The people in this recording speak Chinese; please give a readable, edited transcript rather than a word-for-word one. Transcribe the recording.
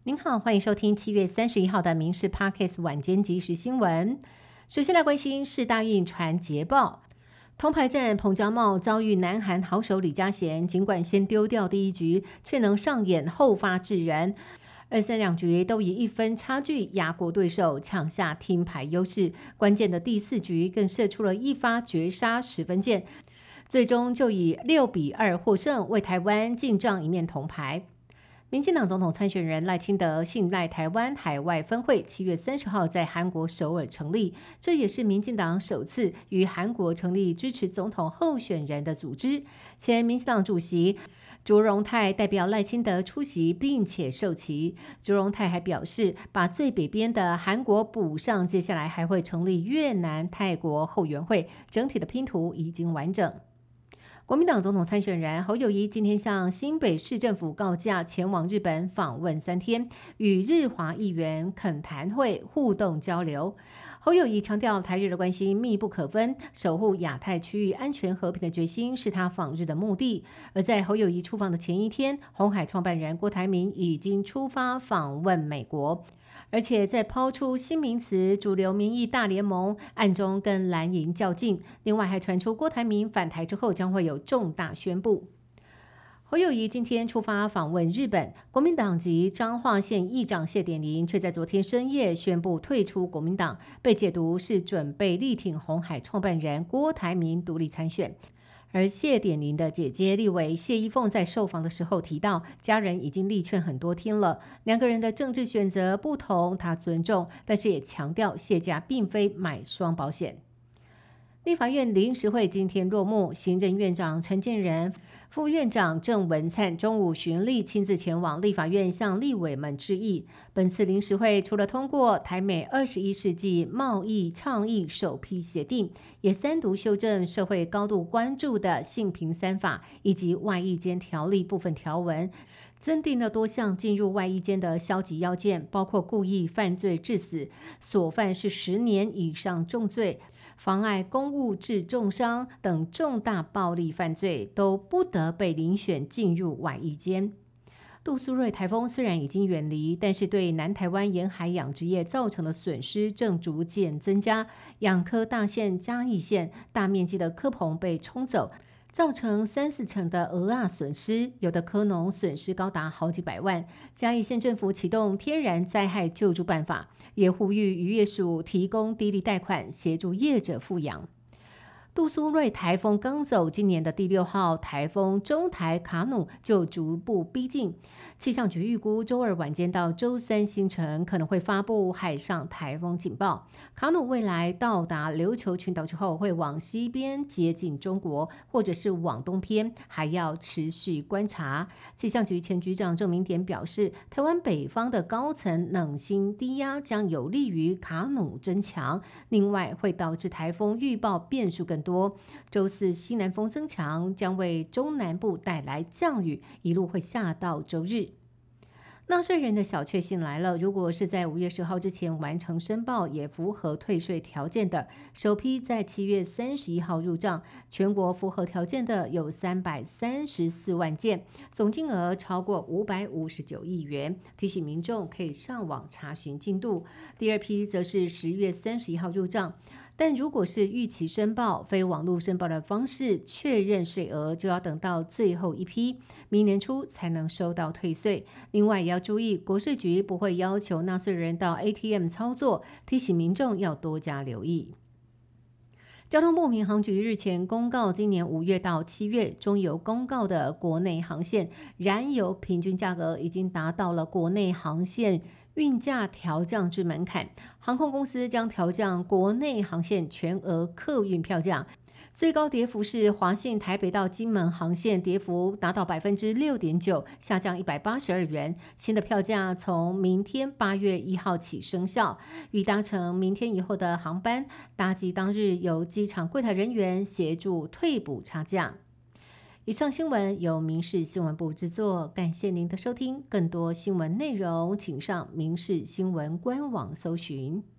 您好，欢迎收听7月31号的民事 Podcast 晚间即时新闻。首先来关心世大运传捷报，铜牌战彭佳茂遭遇南韩好手李嘉贤，尽管先丢掉第一局，却能上演后发制人。2、3两局都以1分差距压过对手，抢下听牌优势。关键的第4局更射出了一发绝杀10分箭，最终就以6-2获胜，为台湾进账一面铜牌。民进党总统参选人赖清德信赖台湾海外分会7月30号在韩国首尔成立，这也是民进党首次于韩国成立支持总统候选人的组织。前民进党主席卓荣泰代表赖清德出席并且授旗。卓荣泰还表示，把最北边的韩国补上，接下来还会成立越南、泰国后援会，整体的拼图已经完整。国民党总统参选人侯友宜今天向新北市政府告假，前往日本访问3天，与日华议员恳谈会互动交流。侯友宜强调，台日的关系密不可分，守护亚太区域安全和平的决心是他访日的目的。而在侯友宜出访的前一天，鸿海创办人郭台铭已经出发访问美国。而且在抛出新名词主流民意大联盟，暗中跟蓝营较劲。另外还传出郭台铭返台之后将会有重大宣布。侯友宜今天出发访问日本，国民党籍彰化县议长谢点林却在昨天深夜宣布退出国民党，被解读是准备力挺鸿海创办人郭台铭独立参选。而谢点林的姐姐立委谢依凤在受访的时候提到，家人已经力劝很多天了，两个人的政治选择不同，他尊重，但是也强调谢家并非买双保险。立法院临时会今天落幕，行政院长陈建仁、副院长郑文灿中午循例亲自前往立法院向立委们致意。本次临时会除了通过台美21世纪贸易倡议首批协定，也3读修正社会高度关注的性平3法以及外役间条例部分条文，增订了多项进入外役间的消极要件，包括故意犯罪致死，所犯是10年以上重罪，妨碍公务致重伤等重大暴力犯罪都不得被遴选进入外役间。杜苏芮台风虽然已经远离，但是对南台湾沿海养殖业造成的损失正逐渐增加。养科大县、嘉义县大面积的蚵棚被冲走，造成3-4成的蚵仔损失，有的蚵农损失高达好几百万。嘉义县政府启动天然灾害救助办法，也呼吁渔业署提供低利贷款，协助业者复养。杜苏芮台风刚走，今年的第6号台风中台卡努就逐步逼近。气象局预估周2晚间到周3清晨可能会发布海上台风警报。卡努未来到达琉球群岛之后，会往西边接近中国，或者是往东偏，还要持续观察。气象局前局长郑明典表示，台湾北方的高层冷心低压将有利于卡努增强，另外会导致台风预报变数更多。周4西南风增强，将为中南部带来降雨，一路会下到周日。纳税人的小确幸来了，如果是在5月10号之前完成申报，也符合退税条件的，首批在7月31号入账，全国符合条件的有334万件，总金额超过559亿元。提醒民众可以上网查询进度。第2批则是10月31号入账，但如果是逾期申报、非网络申报的方式确认税额，就要等到最后一批，明年初才能收到退税。另外也要注意，国税局不会要求纳税人到 ATM 操作，提醒民众要多加留意。交通部民航局日前公告，今年5月到7月中油公告的国内航线燃油平均价格已经达到了国内航线运价调降至门槛，航空公司将调降国内航线全额客运票价，最高跌幅是华信台北到金门航线，跌幅达到 6.9%， 下降182元。新的票价从明天8月1号起生效，欲搭乘明天以后的航班，搭机当日由机场柜台人员协助退补差价。以上新闻由民事新闻部制作，感谢您的收听。更多新闻内容，请上民事新闻官网搜寻。